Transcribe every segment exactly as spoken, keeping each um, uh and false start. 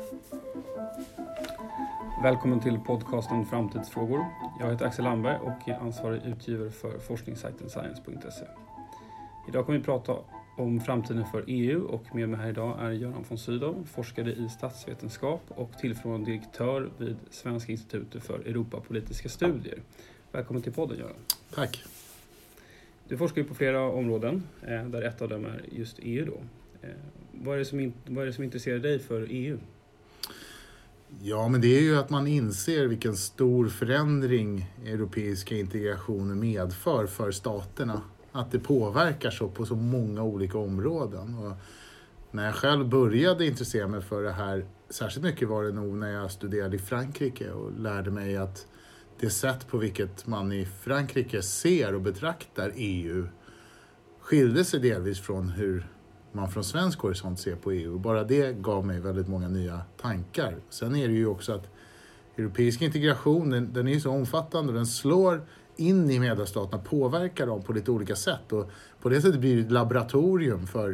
Välkommen till podcasten Framtidsfrågor. Jag heter Axel Landberg och är ansvarig utgivare för forskningssajten science punkt se. Idag kommer vi prata om framtiden för E U och med mig här idag är Göran von Sydow, forskare i statsvetenskap och tillförordnad direktör vid Svenska institutet för Europapolitiska studier. Välkommen till podden, Göran. Tack. Du forskar ju på flera områden, där ett av dem är just E U då. Vad är det som, in, vad är det som intresserar dig för E U? Ja, men det är ju att man inser vilken stor förändring europeiska integrationer medför för staterna. Att det påverkar så på så många olika områden. Och när jag själv började intressera mig för det här, särskilt mycket var det nog när jag studerade i Frankrike och lärde mig att det sätt på vilket man i Frankrike ser och betraktar E U skilde sig delvis från hur man från svensk horisont ser på E U. Bara det gav mig väldigt många nya tankar. Sen är det ju också att europeisk integration, den, den är så omfattande och den slår in i medlemsstaterna, påverkar dem på lite olika sätt. Och på det sättet blir det ett laboratorium för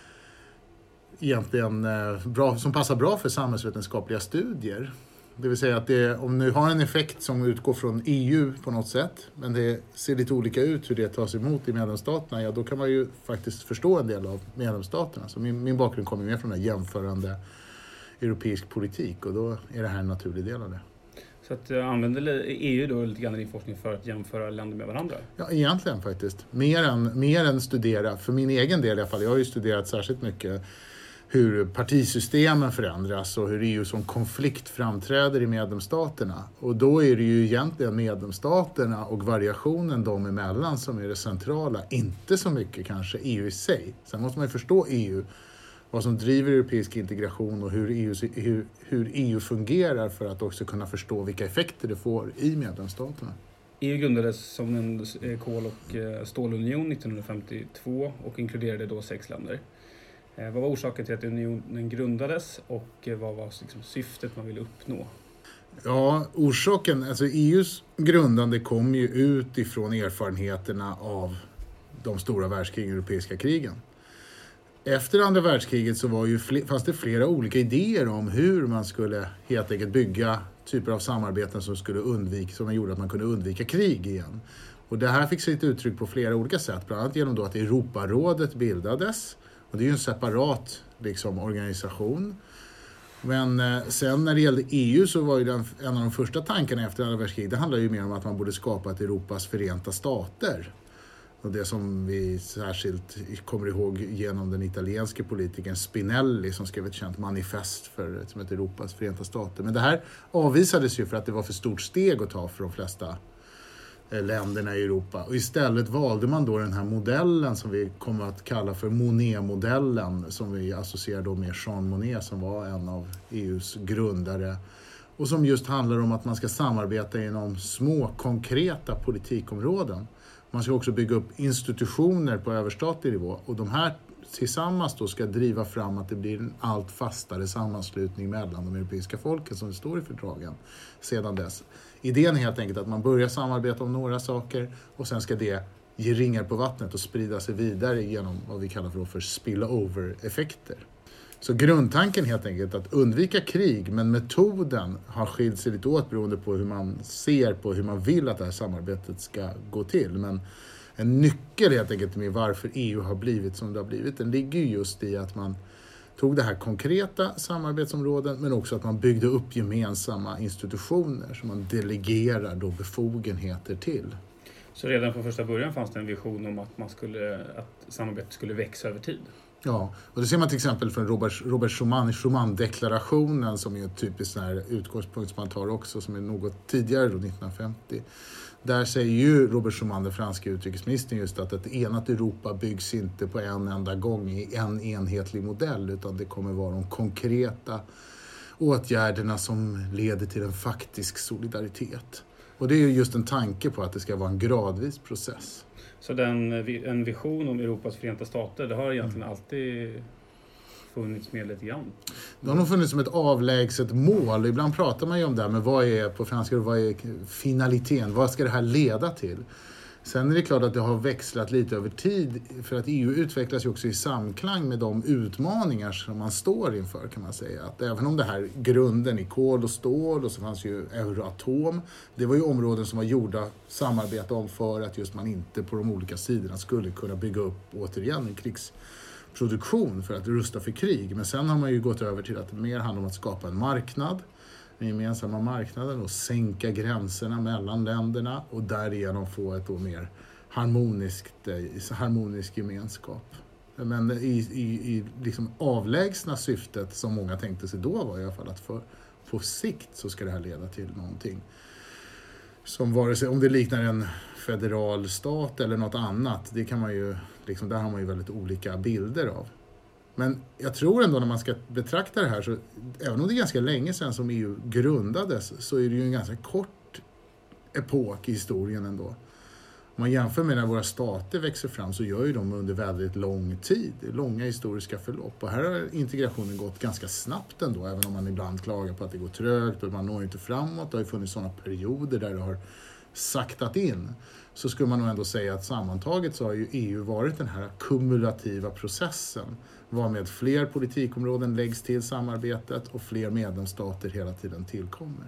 egentligen bra, som passar bra för samhällsvetenskapliga studier. Det vill säga att det, om nu har en effekt som utgår från E U på något sätt, men det ser lite olika ut hur det tas emot i medlemsstaterna, ja då kan man ju faktiskt förstå en del av medlemsstaterna. Så min, min bakgrund kommer med från den här jämförande europeisk politik och då är det här en naturlig del av det. Så att uh, använder E U då lite grann i din forskning för att jämföra länder med varandra? Ja, egentligen faktiskt. Mer än, mer än studera, för min egen del i alla fall, jag har ju studerat särskilt mycket hur partisystemen förändras och hur E U som konflikt framträder i medlemsstaterna. Och då är det ju egentligen medlemsstaterna och variationen dem emellan som är det centrala. Inte så mycket kanske E U i sig. Sen måste man ju förstå E U, vad som driver europeisk integration och hur E U, hur, hur E U fungerar för att också kunna förstå vilka effekter det får i medlemsstaterna. E U grundades som en kol- och stålunion nittonhundrafemtiotvå och inkluderade då sex länder. Vad var orsaken till att unionen grundades och vad var liksom syftet man ville uppnå? Ja, orsaken, alltså E U:s grundande kom ju ut ifrån erfarenheterna av de stora världskrigen, europeiska krigen. Efter andra världskriget så var ju fler, fanns det flera olika idéer om hur man skulle helt enkelt bygga typer av samarbeten som skulle undvika, som gjorde att man kunde undvika krig igen. Och det här fick sig ett uttryck på flera olika sätt, bland annat genom då att Europarådet bildades. Och det är ju en separat liksom, organisation. Men eh, sen när det gällde E U så var ju den, en av de första tankarna efter andra världskriget, det handlar ju mer om att man borde skapa ett Europas förenta stater. Och det som vi särskilt kommer ihåg genom den italienske politikern Spinelli som skrev ett känt manifest för som ett Europas förenta stater. Men det här avvisades ju för att det var för stort steg att ta för de flesta länderna i Europa. Och istället valde man då den här modellen som vi kommer att kalla för Monnet-modellen, som vi associerar då med Jean Monnet som var en av E U:s grundare. Och som just handlar om att man ska samarbeta inom små konkreta politikområden. Man ska också bygga upp institutioner på överstatlig nivå. Och de här tillsammans då ska driva fram att det blir en allt fastare sammanslutning mellan de europeiska folken som det står i fördragen sedan dess. Idén är helt enkelt att man börjar samarbeta om några saker och sen ska det ge ringar på vattnet och sprida sig vidare genom vad vi kallar för, för spillover-effekter. Så grundtanken helt enkelt att undvika krig, men metoden har skilt sig lite åt beroende på hur man ser på hur man vill att det här samarbetet ska gå till. Men en nyckel helt enkelt med varför E U har blivit som det har blivit, den ligger just i att man tog det här konkreta samarbetsområden men också att man byggde upp gemensamma institutioner som man delegerar då befogenheter till. Så redan från första början fanns det en vision om att, man skulle, att samarbetet skulle växa över tid? Ja, och det ser man till exempel från Robert, Robert Schuman, Schuman-deklarationen som är ett typiskt sån här utgångspunkt som man tar också som är något tidigare då, nittonhundrafemtio. Där säger ju Robert Schuman, den franska utrikesministern, just att ett enat Europa byggs inte på en enda gång i en enhetlig modell, utan det kommer vara de konkreta åtgärderna som leder till en faktisk solidaritet. Och det är ju just en tanke på att det ska vara en gradvis process. Så den, en vision om Europas förenta stater, det har egentligen mm. alltid funnits med lite grann? Det har nog funnits som ett avlägset mål. Ibland pratar man ju om det här, men vad är på franska, vad är finaliteten? Vad ska det här leda till? Sen är det klart att det har växlat lite över tid, för att E U utvecklas ju också i samklang med de utmaningar som man står inför, kan man säga. Att även om det här grunden i kol och stål, och så fanns ju Euratom, det var ju områden som var gjorda samarbete om för att just man inte på de olika sidorna skulle kunna bygga upp återigen en krigsproduktion för att rusta för krig. Men sen har man ju gått över till att det mer handlar om att skapa en marknad, den gemensamma marknaden, och sänka gränserna mellan länderna och därigenom få ett då mer harmoniskt, harmonisk gemenskap. Men i, i, i liksom avlägsna syftet som många tänkte sig då var i alla fall att för, på sikt så ska det här leda till någonting som vare sig om det liknar en federal stat eller något annat, det kan man ju, liksom, där har man ju väldigt olika bilder av. Men jag tror ändå när man ska betrakta det här, så även om det är ganska länge sedan som E U grundades, så är det ju en ganska kort epok i historien ändå. Om man jämför med när våra stater växer fram, så gör ju de under väldigt lång tid, långa historiska förlopp. Och här har integrationen gått ganska snabbt ändå, även om man ibland klagar på att det går trögt och man når inte framåt. Det har ju funnits sådana perioder där det har saktat in. Så skulle man nog ändå säga att sammantaget så har ju E U varit den här kumulativa processen, varmed fler politikområden läggs till samarbetet och fler medlemsstater hela tiden tillkommer.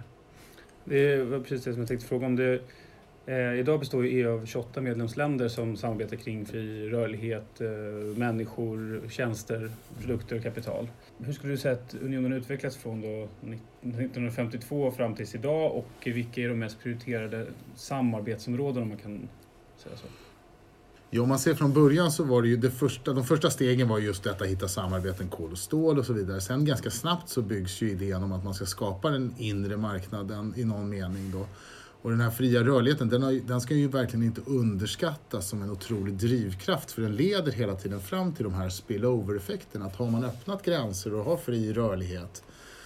Det var precis det som jag tänkte fråga om. Det, eh, idag består ju E U av tjugoåtta medlemsländer som samarbetar kring fri rörlighet, eh, människor, tjänster, produkter och kapital. Hur skulle du säga att unionen utvecklats från då nittonhundrafemtiotvå fram tills idag, och vilka är de mest prioriterade samarbetsområden, om man kan säga så? Ja, om man ser från början så var det ju det första, de första stegen var just detta att hitta samarbeten, kol och stål och så vidare. Sen ganska snabbt så byggs ju idén om att man ska skapa den inre marknaden i någon mening då. Och den här fria rörligheten, den, har, den ska ju verkligen inte underskattas som en otrolig drivkraft, för den leder hela tiden fram till de här spillover-effekterna. Att har man öppnat gränser och har fri rörlighet,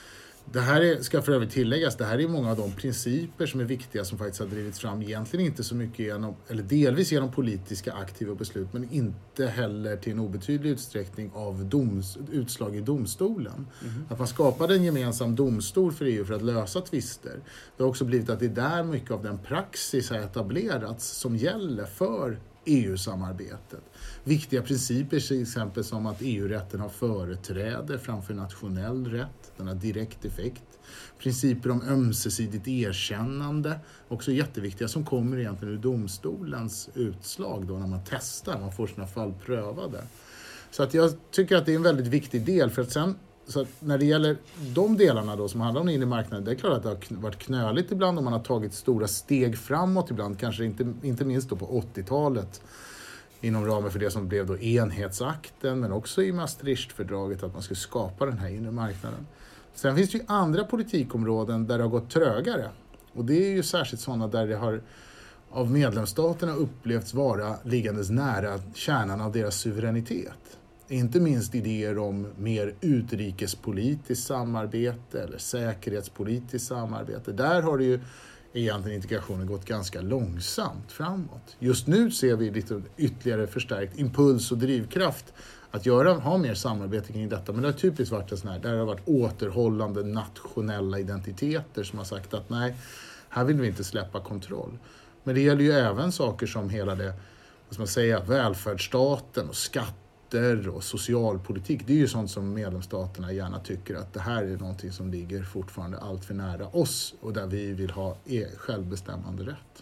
det här är, ska för övrigt tilläggas, det här är många av de principer som är viktiga som faktiskt har drivits fram, egentligen inte så mycket genom, eller delvis genom politiska aktiva beslut, men inte heller till en obetydlig utsträckning av doms, utslag i domstolen. Mm. Att man skapade en gemensam domstol för E U för att lösa tvister. Det har också blivit att det är där mycket av den praxis har etablerats som gäller för E U-samarbetet. Viktiga principer till exempel som att E U-rätten har företräde framför nationell rätt, den har direkt effekt. Principer om ömsesidigt erkännande, också jätteviktiga, som kommer egentligen ur domstolens utslag då när man testar, man får sina fall prövade. Så att jag tycker att det är en väldigt viktig del, för att sen så att när det gäller de delarna då som handlar om den inre marknaden, det är klart att det har varit knöligt ibland och man har tagit stora steg framåt ibland, kanske inte, inte minst då på åttiotalet inom ramen för det som blev då enhetsakten, men också i Maastrichtfördraget att man skulle skapa den här inre marknaden. Sen finns det ju andra politikområden där det har gått trögare, och det är ju särskilt sådana där det har av medlemsstaterna upplevts vara liggandes nära kärnan av deras suveränitet. Inte minst idéer om mer utrikespolitiskt samarbete eller säkerhetspolitiskt samarbete. Där har det ju egentligen integrationen gått ganska långsamt framåt. Just nu ser vi lite ytterligare förstärkt impuls och drivkraft att göra, ha mer samarbete kring detta. Men det har typiskt varit en sån här, där det har varit återhållande nationella identiteter som har sagt att nej, här vill vi inte släppa kontroll. Men det gäller ju även saker som hela det, vad ska man säga, välfärdsstaten och skatt och socialpolitik. Det är ju sånt som medlemsstaterna gärna tycker att det här är någonting som ligger fortfarande allt för nära oss och där vi vill ha självbestämmande rätt.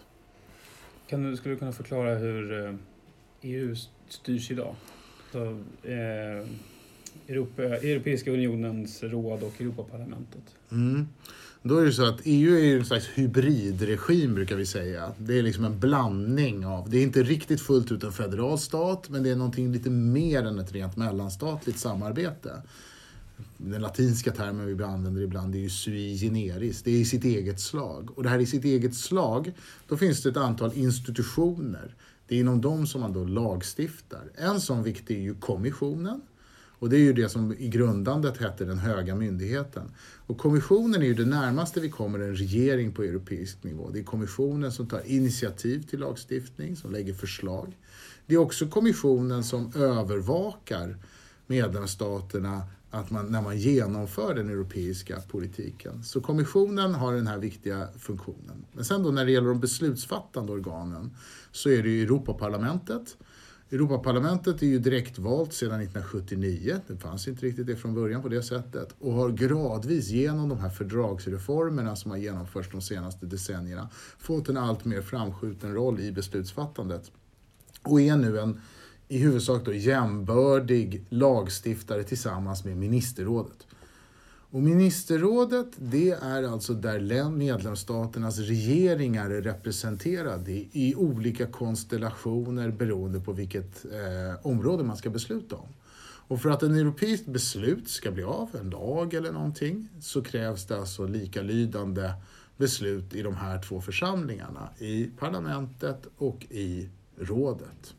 Kan du, skulle du kunna förklara hur E U styrs idag? Så, eh, Europa, Europeiska unionens råd och Europaparlamentet. Mm. Då är det så att E U är ju en slags hybridregim brukar vi säga. Det är liksom en blandning av, det är inte riktigt fullt ut en federal stat, men det är någonting lite mer än ett rent mellanstatligt samarbete. Den latinska termen vi använder ibland är ju sui generis, det är i sitt eget slag. Och det här i sitt eget slag, då finns det ett antal institutioner. Det är inom dem som man då lagstiftar. En sån viktig är ju kommissionen. Och det är ju det som i grundandet heter den höga myndigheten. Och kommissionen är ju det närmaste vi kommer en regering på europeisk nivå. Det är kommissionen som tar initiativ till lagstiftning, som lägger förslag. Det är också kommissionen som övervakar medlemsstaterna att man, när man genomför den europeiska politiken. Så kommissionen har den här viktiga funktionen. Men sen då när det gäller de beslutsfattande organen så är det ju Europaparlamentet. Europaparlamentet är ju direktvalt sedan nittonhundrasjuttionio. Det fanns inte riktigt det från början på det sättet. Och har gradvis genom de här fördragsreformerna som har genomförts de senaste decennierna fått en allt mer framskjuten roll i beslutsfattandet. Och är nu en i huvudsak då jämbördig lagstiftare tillsammans med ministerrådet. Och ministerrådet, det är alltså där medlemsstaternas regeringar är representerade i, i olika konstellationer beroende på vilket eh, område man ska besluta om. Och för att en europeiskt beslut ska bli av, en lag eller någonting, så krävs det alltså likalydande beslut i de här två församlingarna, i parlamentet och i rådet.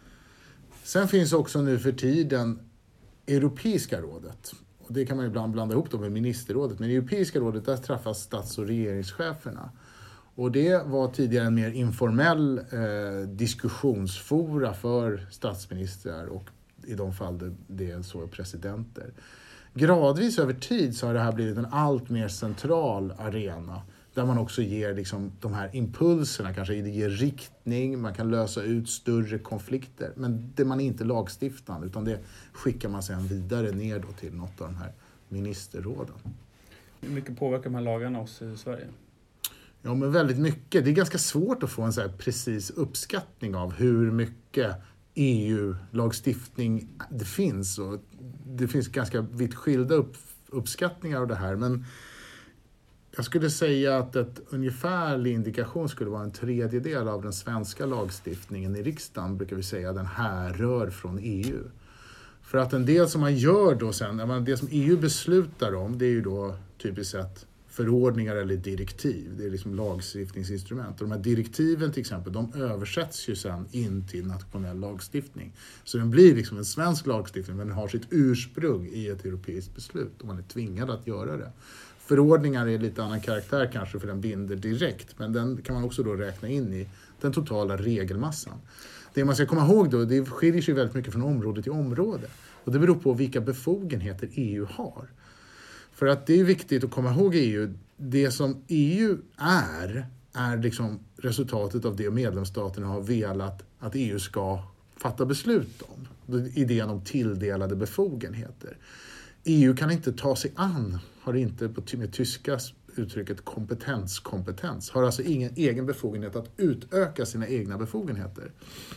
Sen finns också nu för tiden Europeiska rådet. Och det kan man ibland blanda ihop då med ministerrådet. Men i Europeiska rådet där träffas stats- och regeringscheferna. Och det var tidigare en mer informell eh, diskussionsfora för statsministrar och i de fall det, det är så presidenter. Gradvis över tid så har det här blivit en allt mer central arena. Där man också ger liksom de här impulserna, kanske det ger riktning, man kan lösa ut större konflikter. Men det man är inte lagstiftande, utan det skickar man sedan vidare ner då till något av de här ministerråden. Hur mycket påverkar de här lagarna oss i Sverige? Ja, men väldigt mycket. Det är ganska svårt att få en så här precis uppskattning av hur mycket E U-lagstiftning det finns. Och det finns ganska vitt skilda upp, uppskattningar av det här, men jag skulle säga att ett ungefärlig indikation skulle vara en tredjedel av den svenska lagstiftningen i riksdagen, brukar vi säga, den härrör från E U. För att en del som man gör då sen, det som E U beslutar om, det är ju då typiskt sett förordningar eller direktiv. Det är liksom lagstiftningsinstrument. Och de här direktiven till exempel, de översätts ju sen in till nationell lagstiftning. Så den blir liksom en svensk lagstiftning, men den har sitt ursprung i ett europeiskt beslut och man är tvingad att göra det. Förordningar är lite annan karaktär kanske, för den binder direkt, men den kan man också då räkna in i den totala regelmassan. Det man ska komma ihåg då, det skiljer sig väldigt mycket från område till område. Och det beror på vilka befogenheter E U har. För att det är viktigt att komma ihåg E U, det som E U är, är liksom resultatet av det medlemsstaterna har velat att E U ska fatta beslut om. Idén om tilldelade befogenheter. E U kan inte ta sig an, har inte på med tyska uttrycket kompetenskompetens, har alltså ingen egen befogenhet att utöka sina egna befogenheter.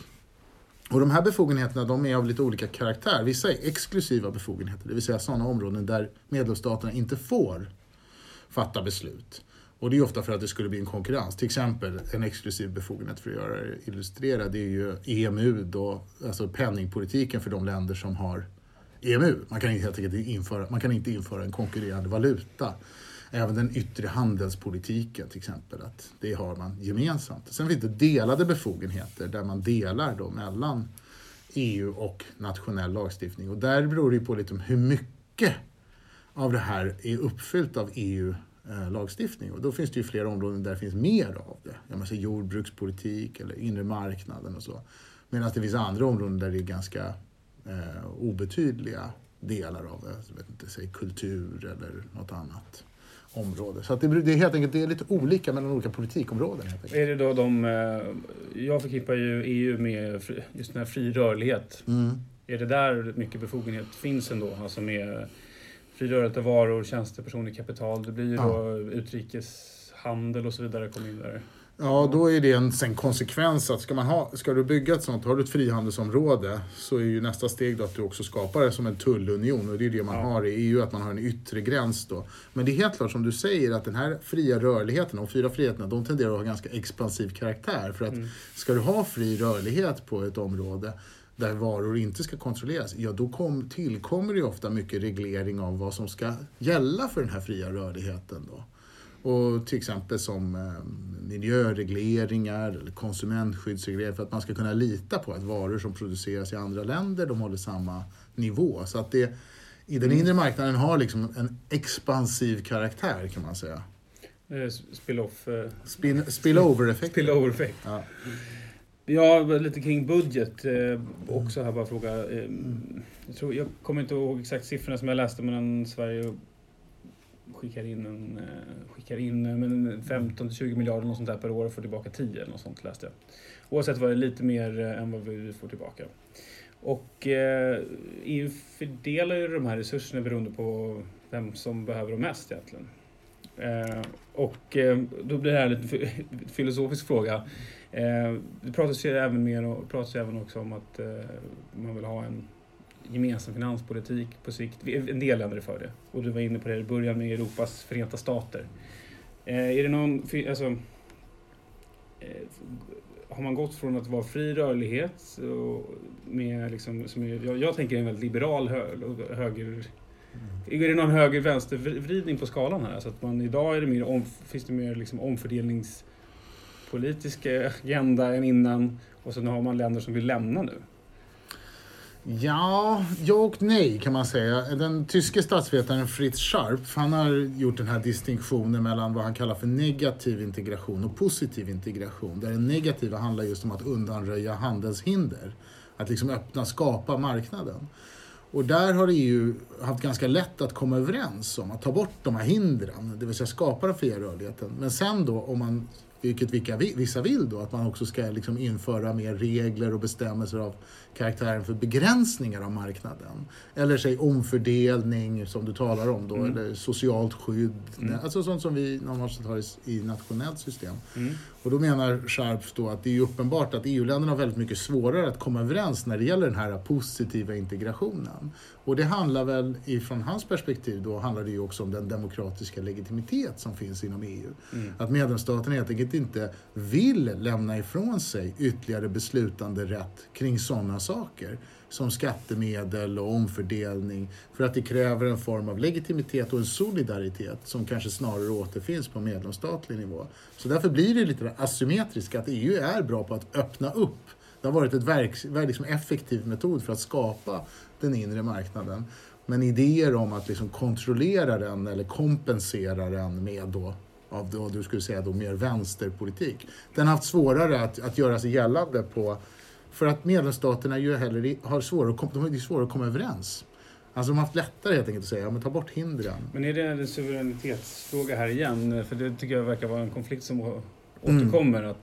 Och de här befogenheterna, de är av lite olika karaktär. Vissa är exklusiva befogenheter, det vill säga sådana områden där medlemsstaterna inte får fatta beslut. Och det är ofta för att det skulle bli en konkurrens. Till exempel en exklusiv befogenhet, för att göra det illustrera, det är ju E M U då, alltså penningpolitiken för de länder som har E M U. Man kan inte helt enkelt införa, man kan inte införa en konkurrerande valuta. Även den yttre handelspolitiken till exempel, att det har man gemensamt. Sen finns det delade befogenheter där man delar då mellan E U och nationell lagstiftning. Och där beror det på lite om hur mycket av det här är uppfyllt av E U-lagstiftning. Och då finns det ju flera områden där det finns mer av det. Jag menar, jordbrukspolitik eller inre marknaden och så. Medan det finns andra områden där det är ganska eh, obetydliga delar av det. Jag vet inte, säg kultur eller något annat område. Så att det, det är helt enkelt det är lite olika mellan olika politikområden. Helt enkelt. Är det då de, jag förknippar ju E U med fri, just den här fri rörlighet. Mm. Är det där mycket befogenhet finns ändå? Alltså med fri rörlighet av varor, tjänster, personligt kapital. Det blir ju ja. då utrikeshandel och så vidare kommer in där. Ja, då är det en sen konsekvens att ska, man ha, ska du bygga ett sånt, har du ett frihandelsområde, så är ju nästa steg då att du också skapar det som en tullunion, och det är det man ja. har i E U, att man har en yttre gräns då. Men det är helt klart som du säger att den här fria rörligheten, de fyra friheterna, de tenderar att ha ganska expansiv karaktär, för att mm. ska du ha fri rörlighet på ett område där varor inte ska kontrolleras, ja då kom, tillkommer det ju ofta mycket reglering av vad som ska gälla för den här fria rörligheten då. Och till exempel som eh, miljöregleringar eller konsumentskyddsregleringar, för att man ska kunna lita på att varor som produceras i andra länder, de håller samma nivå. Så att det i den inre marknaden har liksom en expansiv karaktär, kan man säga. Spill-off. Spin, spillover-effekt. Spillover-effekt. Ja. Ja, lite kring budget eh, också här bara fråga. Eh, jag, tror, jag kommer inte ihåg exakt siffrorna som jag läste, men Sverige skickar in, en, eh, skickar in men femton till tjugo miljarder något sånt där per år och får tillbaka tio eller något sånt läste jag. Oavsett var det lite mer eh, än vad vi får tillbaka. Och eh, E U fördelar ju de här resurserna beroende på vem som behöver dem mest egentligen. Eh, och eh, då blir det här en lite filosofisk fråga. Eh, det pratas ju även mer och pratas ju även också om att eh, man vill ha en gemensam finanspolitik på sikt. En del länder är för det. Och du var inne på det i början med Europas Förenta Stater. Eh, är det någon, alltså, eh, har man gått från att vara fri rörlighet och med liksom, som är, jag, jag tänker en väldigt liberal hö, höger. Mm. Är det någon höger-vänstervridning på skalan här? Så att man idag är det mer om, finns det mer liksom omfördelningspolitiska agenda än innan, och så har man länder som vill lämna nu. Ja, ja och nej kan man säga. Den tyske statsvetaren Fritz Scharpf, han har gjort den här distinktionen mellan vad han kallar för negativ integration och positiv integration. Där den negativa handlar just om att undanröja handelshinder. Att liksom öppna, skapa marknaden. Och där har E U haft ganska lätt att komma överens om att ta bort de här hindren, det vill säga skapa den fria rörligheten. Men sen då, om man, vilket vilka, vissa vill då, att man också ska liksom införa mer regler och bestämmelser av karaktären för begränsningar av marknaden. Eller säg omfördelning som du talar om då, mm. eller socialt skydd. Mm. Alltså sånt som vi normalt har i nationellt system. Mm. Och då menar Scharpf då att det är uppenbart att E U-länderna har väldigt mycket svårare att komma överens när det gäller den här positiva integrationen. Och det handlar väl, ifrån hans perspektiv då, handlar det ju också om den demokratiska legitimitet som finns inom E U. Mm. Att medlemsstaterna helt enkelt inte vill lämna ifrån sig ytterligare beslutande rätt kring sådana saker som skattemedel och omfördelning, för att det kräver en form av legitimitet och en solidaritet som kanske snarare återfinns på medlemsstatlig nivå. Så därför blir det lite asymmetriskt att E U är bra på att öppna upp. Det har varit ett verk, liksom effektiv metod för att skapa den inre marknaden. Men idéer om att liksom kontrollera den eller kompensera den med då, av då, du skulle säga då, mer vänsterpolitik. Den har haft svårare att, att göra sig gällande på, för att medlemsstaterna ju heller har svårare, de har svårare att komma överens. Alltså de har haft lättare helt enkelt att säga, ja, men ta bort hindren. Men är det en suveränitetsfråga här igen? För det tycker jag verkar vara en konflikt som återkommer. Mm. Att,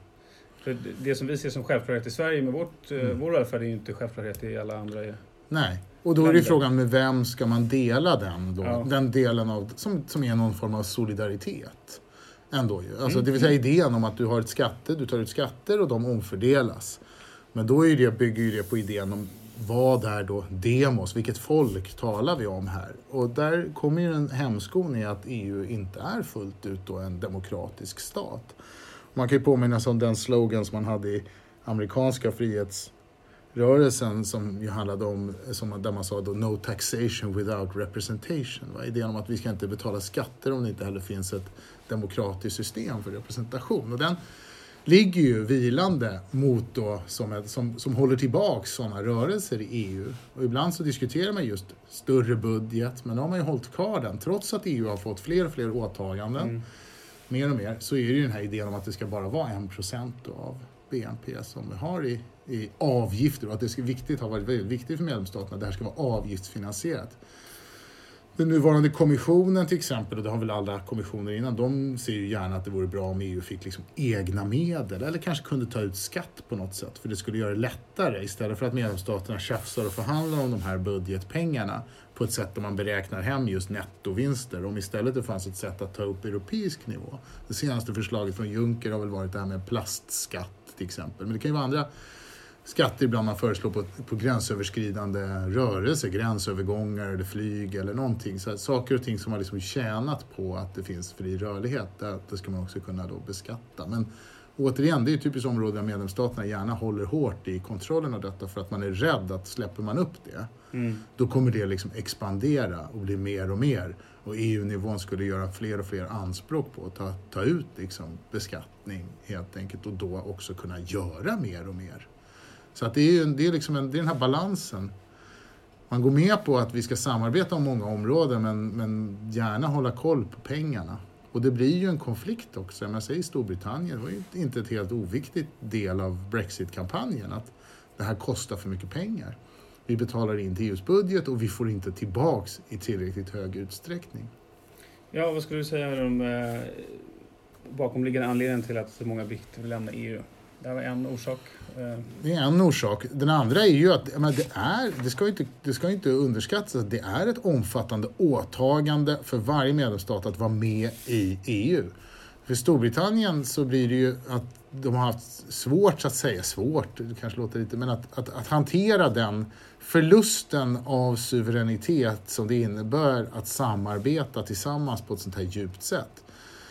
för det som vi ser som självklarhet i Sverige med vårt, mm. vår välfärd är ju inte självklarhet i alla andra. Nej, och då är det frågan med vem ska man dela den då? Ja. Den delen av, som, som är någon form av solidaritet. Ändå ju. Alltså, mm. Det vill säga idén om att du har ett skatter, du tar ut skatter och de omfördelas. Men då är det, bygger ju det på idén om vad är då demos, vilket folk talar vi om här? Och där kommer ju en hämskon i att E U inte är fullt ut då en demokratisk stat. Man kan ju påminna sig om den slogan som man hade i amerikanska frihetsrörelsen som ju handlade om, som, där man sa då no taxation without representation. Va? Idén om att vi ska inte betala skatter om det inte heller finns ett demokratiskt system för representation. Och den ligger ju vilande mot då, som, ett, som, som håller tillbaka sådana rörelser i E U. Och ibland så diskuterar man just större budget, men då har man ju hållit kvar den. Trots att E U har fått fler och fler åtaganden, mm. mer och mer, så är det ju den här idén om att det ska bara vara en procent av B N P som vi har i, i avgifter. Och att det ska viktigt, har varit väldigt viktigt för medlemsstaterna att det här ska vara avgiftsfinansierat. Den nuvarande kommissionen till exempel, och det har väl alla kommissioner innan, de ser ju gärna att det vore bra om E U fick liksom egna medel eller kanske kunde ta ut skatt på något sätt, för det skulle göra det lättare istället för att medlemsstaterna tjafsar och förhandlar om de här budgetpengarna på ett sätt där man beräknar hem just nettovinster, om istället det fanns ett sätt att ta upp europeisk nivå. Det senaste förslaget från Juncker har väl varit det här med plastskatt till exempel, men det kan ju vara andra skatter ibland man föreslår på, på gränsöverskridande rörelser, gränsövergångar eller flyg eller någonting. Så saker och ting som har liksom tjänat på att det finns fri rörlighet, det, det ska man också kunna då beskatta. Men återigen, det är ju typiskt område där medlemsstaterna gärna håller hårt i kontrollen av detta för att man är rädd att släpper man upp det, mm. då kommer det liksom expandera och bli mer och mer. Och E U-nivån skulle göra fler och fler anspråk på att ta, ta ut liksom beskattning helt enkelt och då också kunna göra mer och mer. Så att det är ju det är liksom en, det är den här balansen. Man går med på att vi ska samarbeta om många områden men, men gärna hålla koll på pengarna. Och det blir ju en konflikt också. Man säger Storbritannien, det var ju inte ett helt oviktigt del av Brexit-kampanjen att det här kostar för mycket pengar. Vi betalar in till E U:s budget och vi får inte tillbaks i tillräckligt hög utsträckning. Ja, vad skulle du säga om eh, bakomliggande anledningen till att så många britter vill lämna E U? Det var en orsak. Eh. Det är en orsak. Den andra är ju att men det, är, det, ska inte, det ska inte underskattas att det är ett omfattande åtagande för varje medlemsstat att vara med i E U. För Storbritannien så blir det ju att de har haft svårt, så att säga svårt, det kanske låter lite, men att, att, att hantera den förlusten av suveränitet som det innebär att samarbeta tillsammans på ett sånt här djupt sätt.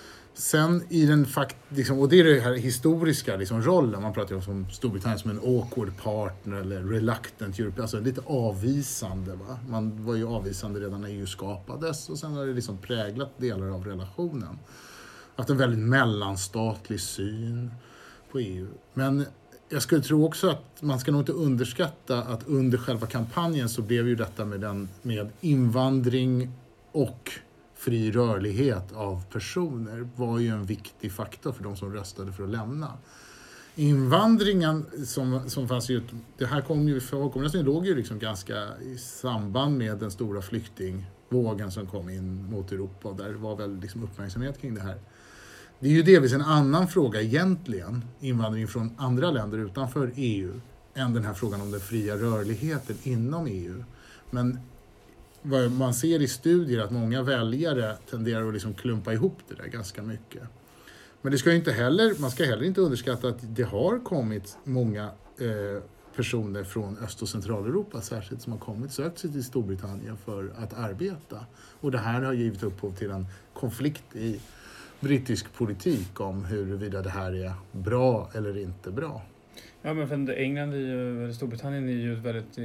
Sen i den fakt, liksom, och det är det här historiska liksom, rollen, man pratar ju om Storbritannien som en awkward partner eller reluctant Europe, alltså lite avvisande. Va? Man var ju avvisande redan när E U skapades och sen har det liksom präglat delar av relationen. Haft en väldigt mellanstatlig syn på E U. Men jag skulle tro också att man ska nog inte underskatta att under själva kampanjen så blev ju detta med, den, med invandring och fri rörlighet av personer var ju en viktig faktor för de som röstade för att lämna. Invandringen som, som fanns ju, det här kom ju, folkomröstningen låg ju liksom ganska i samband med den stora flyktingvågen som kom in mot Europa och där var väl liksom uppmärksamhet kring det här. Det är ju delvis en annan fråga egentligen, invandring från andra länder utanför E U, än den här frågan om den fria rörligheten inom E U. Men vad man ser i studier att många väljare tenderar att liksom klumpa ihop det där ganska mycket. Men det ska inte heller, man ska heller inte underskatta att det har kommit många eh, personer från Öst- och Centraleuropa särskilt som har kommit sökt sig till Storbritannien för att arbeta. Och det här har givit upphov till en konflikt i brittisk politik om huruvida det här är bra eller inte bra. Ja, men för England är ju, Storbritannien är ju väldigt,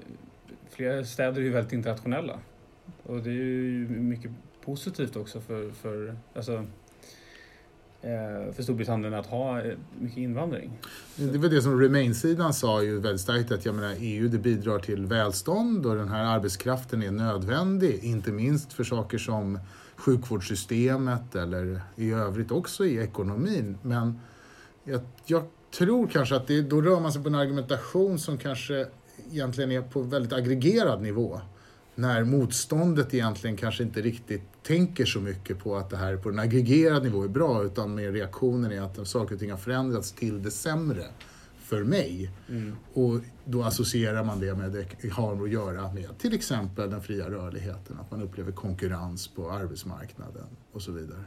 flera städer är ju väldigt internationella. Och det är ju mycket positivt också för, för, alltså, för Storbritannien att ha mycket invandring. Det var det som Remain-sidan sa ju väldigt starkt, att jag menar, E U det bidrar till välstånd och den här arbetskraften är nödvändig, inte minst för saker som sjukvårdssystemet eller i övrigt också i ekonomin. Men jag, jag tror kanske att det, då rör man sig på en argumentation som kanske egentligen är på väldigt aggregerad nivå. När motståndet egentligen kanske inte riktigt tänker så mycket på att det här på en aggregerad nivå är bra, utan med reaktionen är att saker och ting har förändrats till det sämre för mig. Mm. Och då associerar man det med det har att göra med till exempel den fria rörligheten, att man upplever konkurrens på arbetsmarknaden och så vidare.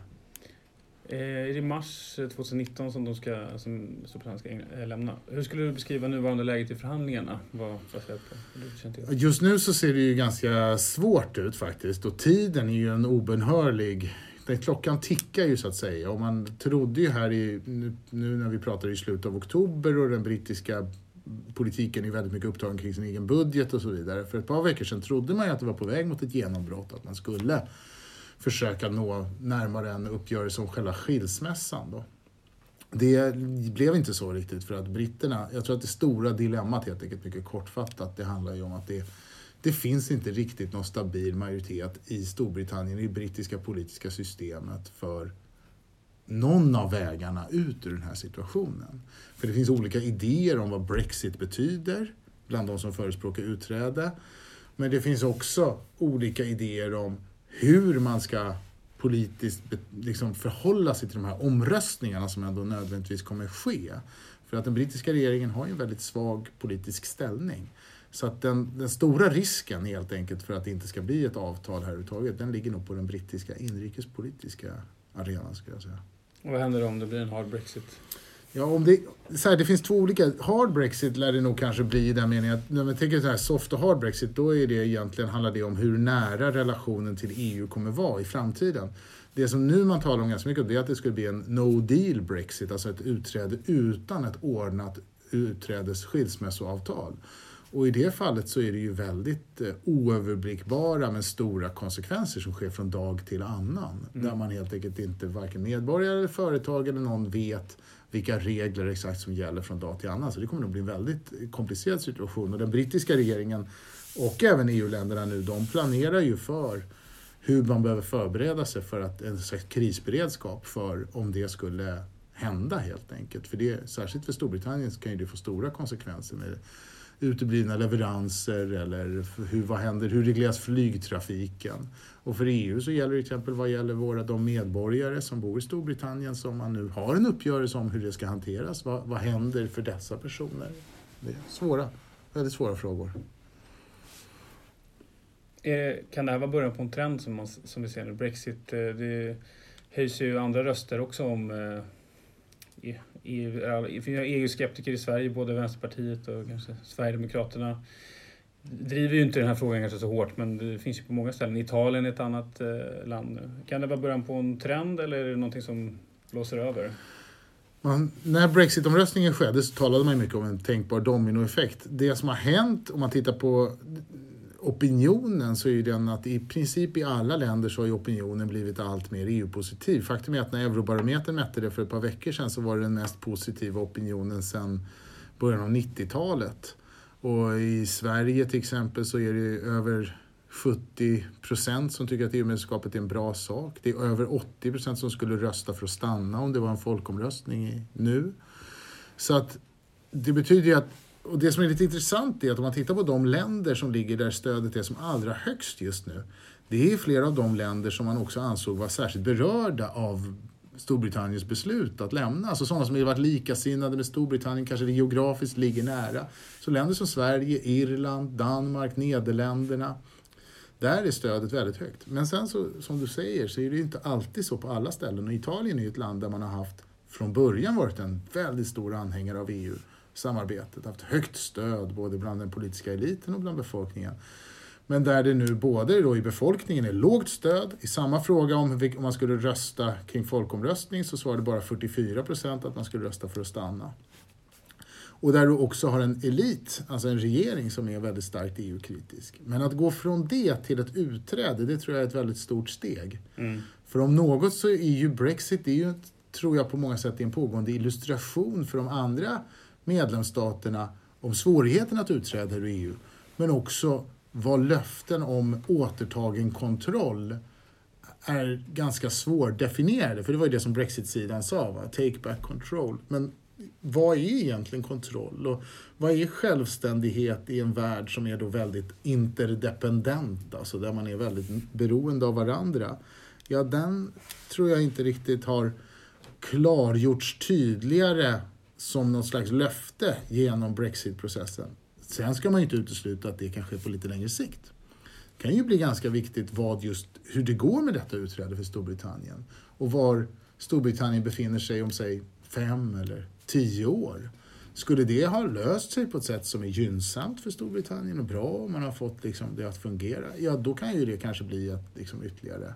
Är det mars tjugonitton som de ska, som Storbritannien ska lämna? Hur skulle du beskriva nuvarande läget i förhandlingarna? Vad på? Just nu så ser det ju ganska svårt ut faktiskt, och tiden är ju en obenhörlig. Den klockan tickar ju så att säga, och man trodde ju här i, nu, nu när vi pratar i slutet av oktober och den brittiska politiken är väldigt mycket upptagen kring sin egen budget och så vidare. För ett par veckor sedan trodde man ju att det var på väg mot ett genombrott, att man skulle försöka nå närmare en uppgörelse om själva skilsmässan då. Det blev inte så riktigt, för att britterna, jag tror att det stora dilemmat helt enkelt mycket kortfattat, det handlar ju om att det Det finns inte riktigt någon stabil majoritet i Storbritannien, i det brittiska politiska systemet, för någon av vägarna ut ur den här situationen. För det finns olika idéer om vad Brexit betyder bland de som förespråkar utträde. Men det finns också olika idéer om hur man ska politiskt liksom förhålla sig till de här omröstningarna som ändå nödvändigtvis kommer ske. För att den brittiska regeringen har ju en väldigt svag politisk ställning. Så att den, den stora risken helt enkelt för att det inte ska bli ett avtal här överhuvudtaget, den ligger nog på den brittiska inrikespolitiska arenan, skulle jag säga. Och vad händer om det blir en hard Brexit? Ja, om det, så här, det finns två olika. Hard Brexit lär det nog kanske bli i den meningen att när man tänker så här soft och hard Brexit, då är det egentligen, handlar det om hur nära relationen till E U kommer vara i framtiden. Det som nu man talar om ganska mycket, det är att det skulle bli en no deal Brexit, alltså ett utträde utan ett ordnat utträdes skilsmässoavtal. Och i det fallet så är det ju väldigt eh, oöverblickbara men stora konsekvenser som sker från dag till annan. Mm. Där man helt enkelt inte, varken medborgare eller företag eller någon vet vilka regler exakt som gäller från dag till annan. Så det kommer nog bli en väldigt komplicerad situation. Och den brittiska regeringen och även E U-länderna nu, de planerar ju för hur man behöver förbereda sig för att en slags krisberedskap för om det skulle hända helt enkelt. För det, särskilt för Storbritannien så kan ju det få stora konsekvenser med uteblivna leveranser eller hur, vad händer, hur regleras flygtrafiken. Och för E U så gäller det till exempel vad gäller våra, de medborgare som bor i Storbritannien som man nu har en uppgörelse om hur det ska hanteras. Vad, vad händer för dessa personer? Det är svåra, väldigt svåra frågor. Kan det här vara början på en trend som, man, som vi ser nu? Brexit, det höjs ju andra röster också om E U-skeptiker i Sverige, både Vänsterpartiet och kanske Sverigedemokraterna driver ju inte den här frågan kanske så hårt, men det finns ju på många ställen. Italien är ett annat land nu. Kan det vara början på en trend eller är det någonting som blåser över? Man, när Brexit-omröstningen skedde så talade man mycket om en tänkbar dominoeffekt. Det som har hänt, om man tittar på opinionen, så är ju den att i princip i alla länder så har ju opinionen blivit allt mer E U-positiv. Faktum är att när Eurobarometern mätte det för ett par veckor sedan så var det den mest positiva opinionen sedan början av nittiotalet. Och i Sverige till exempel så är det över sjuttio procent som tycker att E U-medlemskapet är en bra sak. Det är över åttio procent som skulle rösta för att stanna om det var en folkomröstning nu. Så att det betyder ju att, och det som är lite intressant är att om man tittar på de länder som ligger där stödet är som allra högst just nu, det är flera av de länder som man också ansåg var särskilt berörda av Storbritanniens beslut att lämna. Alltså sådana som har varit likasinnade med Storbritannien, kanske det geografiskt ligger nära. Så länder som Sverige, Irland, Danmark, Nederländerna, där är stödet väldigt högt. Men sen så, som du säger, så är det inte alltid så på alla ställen. Och Italien är ju ett land där man har haft från början varit en väldigt stor anhängare av E U-samarbetet. Haft högt stöd både bland den politiska eliten och bland befolkningen. Men där det nu både då i befolkningen är lågt stöd. I samma fråga om, om man skulle rösta kring folkomröstning så svarade bara fyrtiofyra procent att man skulle rösta för att stanna. Och där du också har en elit, alltså en regering som är väldigt starkt E U-kritisk. Men att gå från det till ett utträde, det tror jag är ett väldigt stort steg. Mm. För om något så är ju Brexit, det är ju, tror jag på många sätt, en pågående illustration för de andra medlemsstaterna om svårigheten att utträda ur E U. Men också vad löften om återtagen kontroll är ganska svårdefinierade. För det var ju det som Brexit-sidan sa, va? Take back control. Men vad är egentligen kontroll? Och vad är självständighet i en värld som är då väldigt interdependent? Alltså där man är väldigt beroende av varandra. Ja, den tror jag inte riktigt har klargjorts tydligare som någon slags löfte genom Brexit-processen. Sen ska man ju inte utesluta att det kan ske på lite längre sikt. Det kan ju bli ganska viktigt vad just, hur det går med detta utträde för Storbritannien. Och var Storbritannien befinner sig om sig fem eller tio år. Skulle det ha löst sig på ett sätt som är gynnsamt för Storbritannien och bra och man har fått liksom det att fungera, ja då kan ju det kanske bli ett liksom ytterligare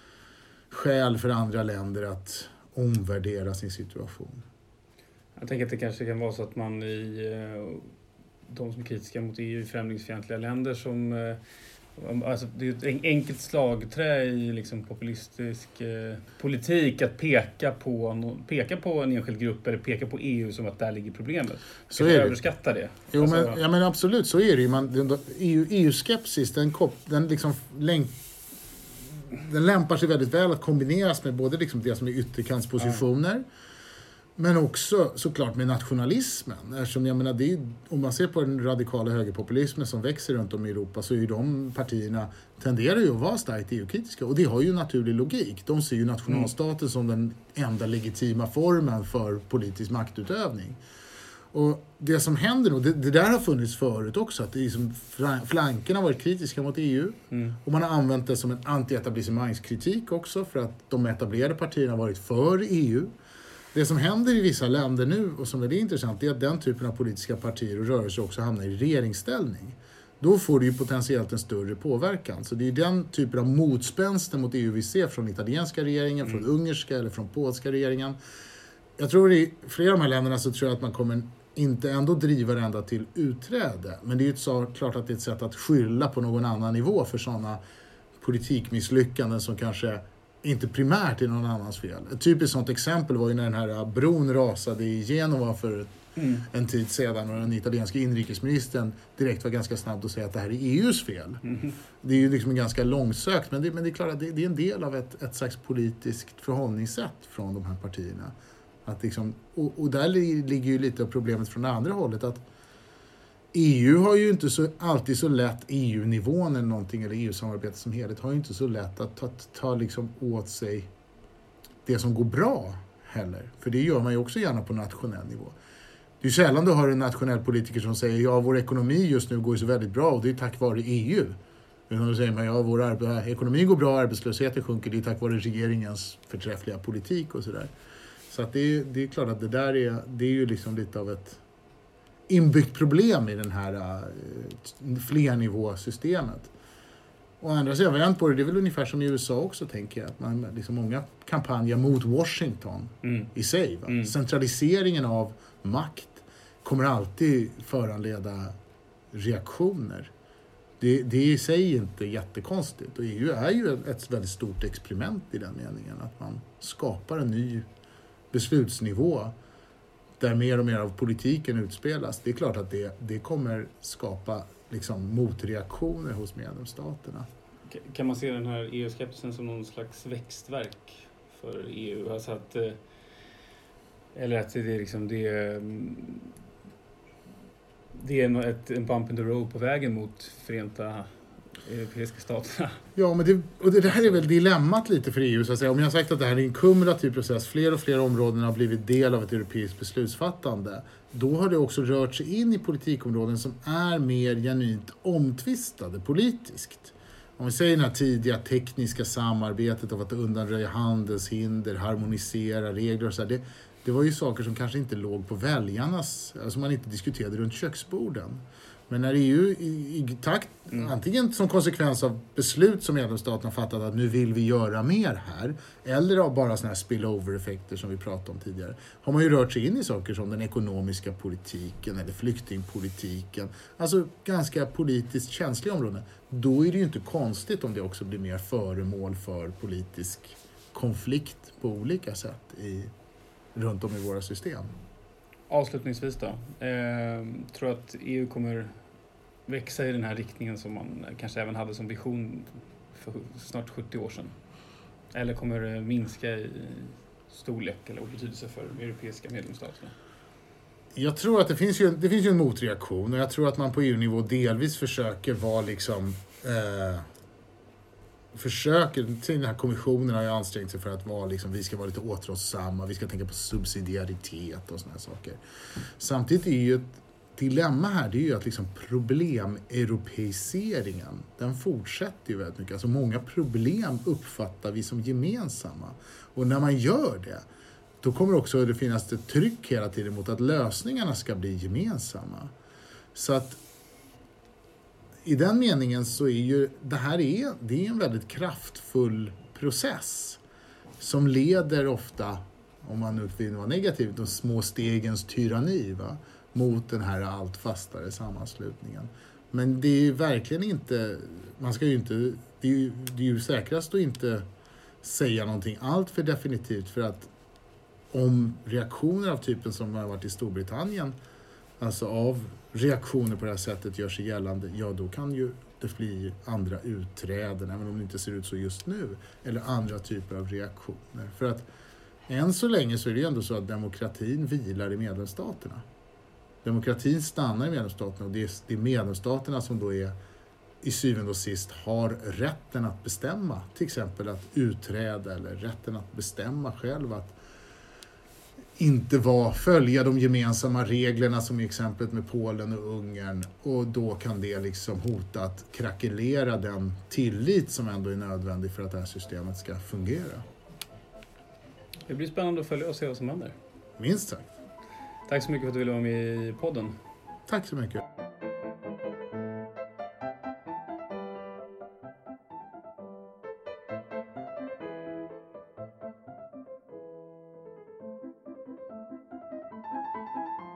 skäl för andra länder att omvärdera sin situation. Jag tänker att det kanske kan vara så att man i de som är kritiska mot E U, främlingsfientliga länder som alltså det är ett enkelt slagträ i liksom populistisk eh, politik att peka på, peka på en enskild grupp eller peka på E U som att där ligger problemet. Så är det. Överskatta det. Jo, alltså, men, ja, men absolut, så är det ju. Man, den, E U, E U-skepsis, den, den, liksom länk, den lämpar sig väldigt väl att kombineras med både liksom det som är ytterkantspositioner, ja. Men också såklart med nationalismen. Eftersom, jag menar, det är, om man ser på den radikala högerpopulismen som växer runt om i Europa så är ju de partierna tenderar ju att vara starkt E U-kritiska. Och det har ju naturlig logik. De ser ju nationalstaten mm. som den enda legitima formen för politisk maktutövning. Och det som händer nu, det, det där har funnits förut också, att det är som flankerna har varit kritiska mot E U. Mm. Och man har använt det som en anti-etablissemangskritik också för att de etablerade partierna har varit för E U. Det som händer i vissa länder nu och som är det intressant är att den typen av politiska partier och rörelser också hamnar i regeringsställning. Då får det ju potentiellt en större påverkan. Så det är den typen av motspänster mot E U vi ser från italienska regeringen, mm. från ungerska eller från polska regeringen. Jag tror i flera av de här länderna så tror jag att man kommer inte ändå driva det ända till utträde. Men det är ju så klart att det är ett sätt att skylla på någon annan nivå för sådana politikmisslyckanden som kanske inte primärt är någon annans fel. Ett typiskt sådant exempel var ju när den här bron rasade i Genova för mm. en tid sedan, och den italienska inrikesministern direkt var ganska snabb att säga att det här är E U:s fel. Mm. Det är ju liksom ganska långsökt, men det, men det är klart att det, det är en del av ett, ett slags politiskt förhållningssätt från de här partierna. Att liksom, och, och där ligger ju lite av problemet från det andra hållet, att E U har ju inte så, alltid så lätt, E U-nivån eller någonting, eller E U-samarbetet som helhet har ju inte så lätt att ta, ta liksom åt sig det som går bra heller. För det gör man ju också gärna på nationell nivå. Det är sällan du har en nationell politiker som säger ja, vår ekonomi just nu går ju så väldigt bra och det är tack vare E U. Men då säger man ja, vår arbe- ekonomi går bra, arbetslösheten sjunker, det är tack vare regeringens förträffliga politik och sådär. Så att det, är, det är klart att det där är, det är ju liksom lite av ett inbyggt problem i den här uh, flernivåsystemet. Och andra sidan variant på det, det är väl ungefär som i U S A också, tänker jag. Att man, liksom många kampanjer mot Washington mm. i sig. Va? Mm. Centraliseringen av makt kommer alltid föranleda reaktioner. Det, det är i sig inte jättekonstigt. Och E U är ju ett väldigt stort experiment i den meningen. Att man skapar en ny beslutsnivå där mer och mer av politiken utspelas. Det är klart att det, det kommer skapa liksom motreaktioner hos medlemsstaterna. Kan man se den här E U-skepsisen som någon slags växtverk för E U? Alltså att, eller att det är liksom det, det är ett, en bump in the road på vägen mot Förenta europeiska staterna. Ja, men det, och det här är väl dilemmat lite för E U, så att säga. Om jag har sagt att det här är en kumulativ process, fler och fler områden har blivit del av ett europeiskt beslutsfattande, då har det också rört sig in i politikområden som är mer genuint omtvistade politiskt. Om vi säger det här tidiga tekniska samarbetet av att undanröja handelshinder, harmonisera regler och så här, det, det var ju saker som kanske inte låg på väljarnas, alltså man inte diskuterade runt köksborden. Men när E U i, i takt, mm. antingen som konsekvens av beslut som medlemsstaterna fattat att nu vill vi göra mer här, eller av bara såna här spillover-effekter som vi pratade om tidigare, har man ju rört sig in i saker som den ekonomiska politiken eller flyktingpolitiken, alltså ganska politiskt känsliga områden. Då är det ju inte konstigt om det också blir mer föremål för politisk konflikt på olika sätt i, runt om i våra system. Avslutningsvis då, eh, tror att E U kommer växa i den här riktningen som man kanske även hade som vision för snart sjuttio år sedan? Eller kommer det minska i storlek eller betydelse för de europeiska medlemsstaterna? Jag tror att det finns ju, det finns ju en motreaktion, och jag tror att man på E U-nivå delvis försöker vara liksom eh, försöker, den här kommissionen har ju ansträngt sig för att vara liksom, vi ska vara lite återhållsamma, vi ska tänka på subsidiaritet och såna här saker. Samtidigt är ju ett dilemma här, det är ju att liksom problem-europeiseringen, den fortsätter ju väldigt mycket. Alltså många problem uppfattar vi som gemensamma. Och när man gör det, då kommer också det finnas ett tryck hela tiden mot att lösningarna ska bli gemensamma. Så att i den meningen så är ju det här är, det är en väldigt kraftfull process som leder ofta, om man nu vill vara negativ, de små stegens tyranni, va, mot den här allt fastare sammanslutningen. Men det är ju verkligen inte, man ska ju inte, det är ju, det är ju säkrast att inte säga någonting allt för definitivt, för att om reaktioner av typen som har varit i Storbritannien, alltså av reaktioner på det här sättet gör sig gällande, ja då kan ju det bli andra utträden, även om det inte ser ut så just nu, eller andra typer av reaktioner. För att än så länge så är det ju ändå så att demokratin vilar i medlemsstaterna. Demokratin stannar i medlemsstaterna, och det är, det är medlemsstaterna som då är i syvende och sist har rätten att bestämma, till exempel att utträda, eller rätten att bestämma själv att inte var, följa de gemensamma reglerna som i exemplet med Polen och Ungern, och då kan det liksom hota att krackelera den tillit som ändå är nödvändig för att det här systemet ska fungera. Det blir spännande att följa och se vad som händer. Minst sagt. Tack så mycket för att du ville vara med i podden. Tack så mycket.